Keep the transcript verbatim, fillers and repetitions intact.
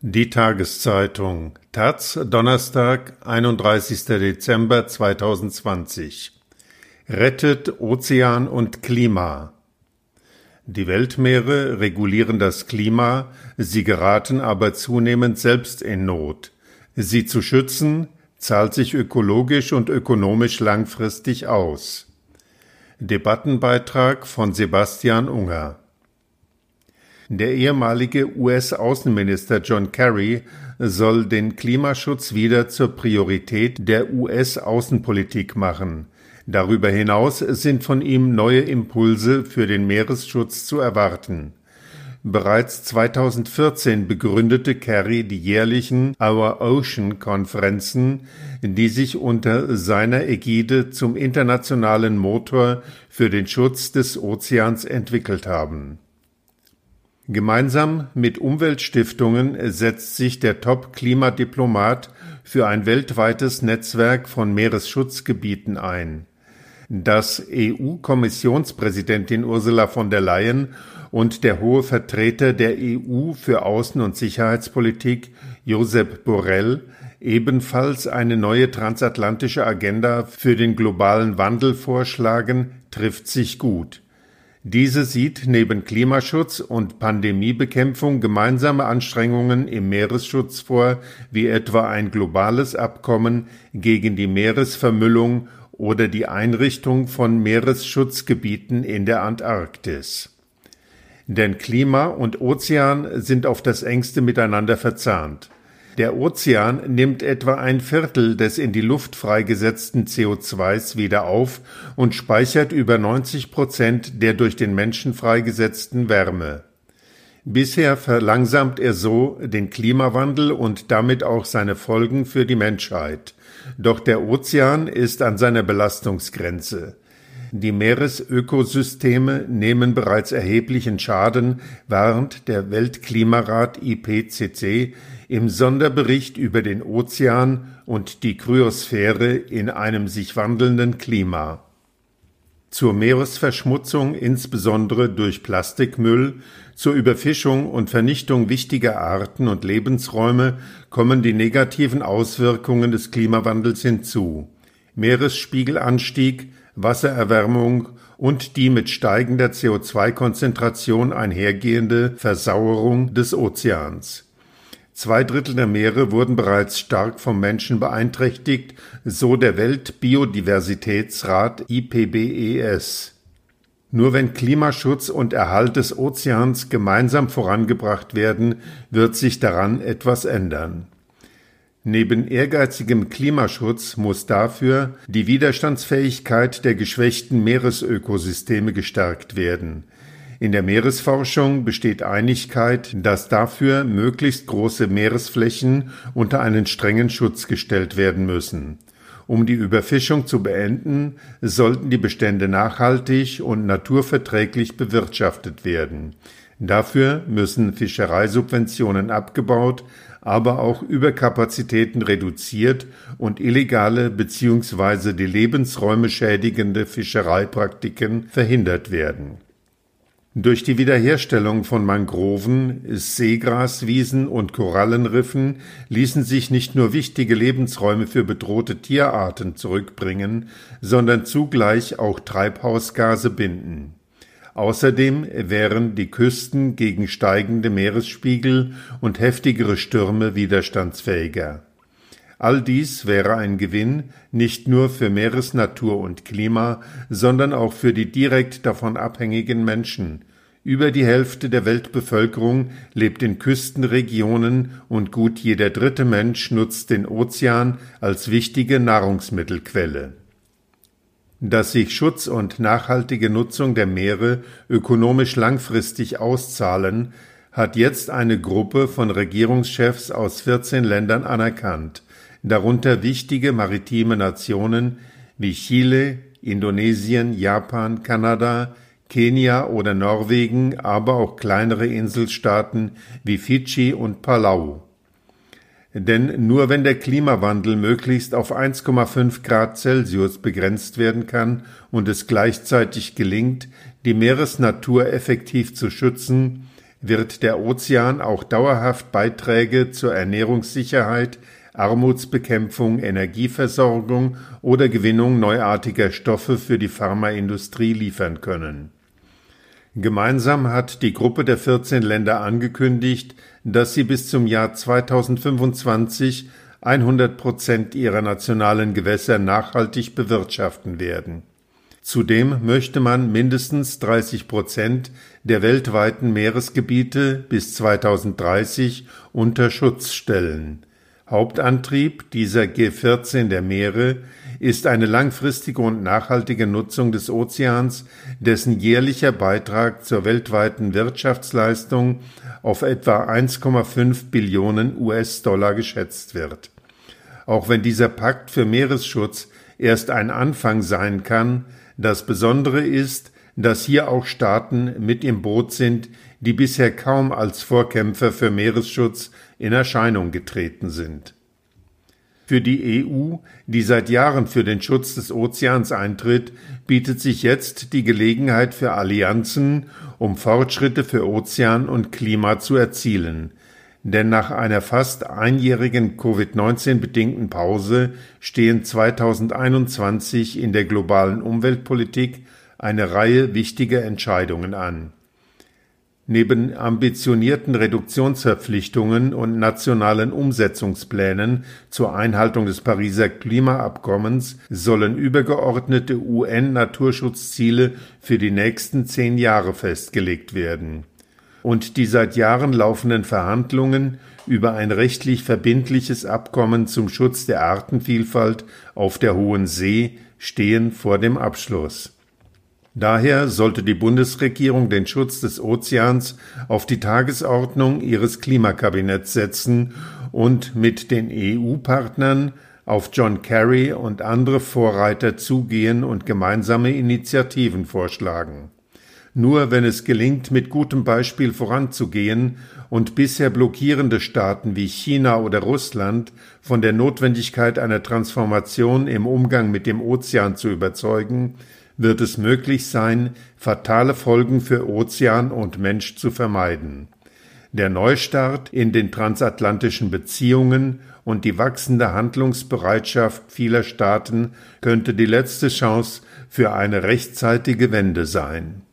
Die Tageszeitung taz, Donnerstag, einunddreißigster Dezember zweitausendzwanzig. Rettet Ozean und Klima. Die Weltmeere regulieren das Klima, sie geraten aber zunehmend selbst in Not. Sie zu schützen, zahlt sich ökologisch und ökonomisch langfristig aus. Debattenbeitrag von Sebastian Unger. Der ehemalige U S-Außenminister John Kerry soll den Klimaschutz wieder zur Priorität der U S-Außenpolitik machen. Darüber hinaus sind von ihm neue Impulse für den Meeresschutz zu erwarten. Bereits zweitausendvierzehn begründete Kerry die jährlichen Our Ocean-Konferenzen, die sich unter seiner Ägide zum internationalen Motor für den Schutz des Ozeans entwickelt haben. Gemeinsam mit Umweltstiftungen setzt sich der Top-Klimadiplomat für ein weltweites Netzwerk von Meeresschutzgebieten ein. Dass E U-Kommissionspräsidentin Ursula von der Leyen und der hohe Vertreter der E U für Außen- und Sicherheitspolitik, Josep Borrell, ebenfalls eine neue transatlantische Agenda für den globalen Wandel vorschlagen, trifft sich gut. Diese sieht neben Klimaschutz und Pandemiebekämpfung gemeinsame Anstrengungen im Meeresschutz vor, wie etwa ein globales Abkommen gegen die Meeresvermüllung oder die Einrichtung von Meeresschutzgebieten in der Antarktis. Denn Klima und Ozean sind auf das Engste miteinander verzahnt. Der Ozean nimmt etwa ein Viertel des in die Luft freigesetzten C O zwei wieder auf und speichert über neunzig Prozent der durch den Menschen freigesetzten Wärme. Bisher verlangsamt er so den Klimawandel und damit auch seine Folgen für die Menschheit. Doch der Ozean ist an seiner Belastungsgrenze. Die Meeresökosysteme nehmen bereits erheblichen Schaden, warnt der Weltklimarat I P C C im Sonderbericht über den Ozean und die Kryosphäre in einem sich wandelnden Klima. Zur Meeresverschmutzung, insbesondere durch Plastikmüll, zur Überfischung und Vernichtung wichtiger Arten und Lebensräume kommen die negativen Auswirkungen des Klimawandels hinzu. Meeresspiegelanstieg, Wassererwärmung und die mit steigender C O zwei Konzentration einhergehende Versauerung des Ozeans. Zwei Drittel der Meere wurden bereits stark vom Menschen beeinträchtigt, so der Weltbiodiversitätsrat I P B E S. Nur wenn Klimaschutz und Erhalt des Ozeans gemeinsam vorangebracht werden, wird sich daran etwas ändern. Neben ehrgeizigem Klimaschutz muss dafür die Widerstandsfähigkeit der geschwächten Meeresökosysteme gestärkt werden. In der Meeresforschung besteht Einigkeit, dass dafür möglichst große Meeresflächen unter einen strengen Schutz gestellt werden müssen. Um die Überfischung zu beenden, sollten die Bestände nachhaltig und naturverträglich bewirtschaftet werden. Dafür müssen Fischereisubventionen abgebaut, aber auch Überkapazitäten reduziert und illegale bzw. die Lebensräume schädigende Fischereipraktiken verhindert werden. Durch die Wiederherstellung von Mangroven, Seegraswiesen und Korallenriffen ließen sich nicht nur wichtige Lebensräume für bedrohte Tierarten zurückbringen, sondern zugleich auch Treibhausgase binden. Außerdem wären die Küsten gegen steigende Meeresspiegel und heftigere Stürme widerstandsfähiger. All dies wäre ein Gewinn nicht nur für Meeresnatur und Klima, sondern auch für die direkt davon abhängigen Menschen. Über die Hälfte der Weltbevölkerung lebt in Küstenregionen und gut jeder dritte Mensch nutzt den Ozean als wichtige Nahrungsmittelquelle. Dass sich Schutz und nachhaltige Nutzung der Meere ökonomisch langfristig auszahlen, hat jetzt eine Gruppe von Regierungschefs aus vierzehn Ländern anerkannt, darunter wichtige maritime Nationen wie Chile, Indonesien, Japan, Kanada, Kenia oder Norwegen, aber auch kleinere Inselstaaten wie Fidschi und Palau. Denn nur wenn der Klimawandel möglichst auf eins Komma fünf Grad Celsius begrenzt werden kann und es gleichzeitig gelingt, die Meeresnatur effektiv zu schützen, wird der Ozean auch dauerhaft Beiträge zur Ernährungssicherheit, Armutsbekämpfung, Energieversorgung oder Gewinnung neuartiger Stoffe für die Pharmaindustrie liefern können. Gemeinsam hat die Gruppe der vierzehn Länder angekündigt, dass sie bis zum Jahr zweitausendfünfundzwanzig hundert Prozent ihrer nationalen Gewässer nachhaltig bewirtschaften werden. Zudem möchte man mindestens dreißig Prozent der weltweiten Meeresgebiete bis zweitausenddreißig unter Schutz stellen. Hauptantrieb dieser G vierzehn der Meere ist eine langfristige und nachhaltige Nutzung des Ozeans, dessen jährlicher Beitrag zur weltweiten Wirtschaftsleistung auf etwa eins Komma fünf Billionen U S-Dollar geschätzt wird. Auch wenn dieser Pakt für Meeresschutz erst ein Anfang sein kann, das Besondere ist, dass hier auch Staaten mit im Boot sind, die bisher kaum als Vorkämpfer für Meeresschutz in Erscheinung getreten sind. Für die E U, die seit Jahren für den Schutz des Ozeans eintritt, bietet sich jetzt die Gelegenheit für Allianzen, um Fortschritte für Ozean und Klima zu erzielen. Denn nach einer fast einjährigen Covid neunzehn bedingten Pause stehen zweitausendeinundzwanzig in der globalen Umweltpolitik eine Reihe wichtiger Entscheidungen an. Neben ambitionierten Reduktionsverpflichtungen und nationalen Umsetzungsplänen zur Einhaltung des Pariser Klimaabkommens sollen übergeordnete U N-Naturschutzziele für die nächsten zehn Jahre festgelegt werden. Und die seit Jahren laufenden Verhandlungen über ein rechtlich verbindliches Abkommen zum Schutz der Artenvielfalt auf der Hohen See stehen vor dem Abschluss. Daher sollte die Bundesregierung den Schutz des Ozeans auf die Tagesordnung ihres Klimakabinetts setzen und mit den E U-Partnern auf John Kerry und andere Vorreiter zugehen und gemeinsame Initiativen vorschlagen. Nur wenn es gelingt, mit gutem Beispiel voranzugehen und bisher blockierende Staaten wie China oder Russland von der Notwendigkeit einer Transformation im Umgang mit dem Ozean zu überzeugen, wird es möglich sein, fatale Folgen für Ozean und Mensch zu vermeiden. Der Neustart in den transatlantischen Beziehungen und die wachsende Handlungsbereitschaft vieler Staaten könnte die letzte Chance für eine rechtzeitige Wende sein.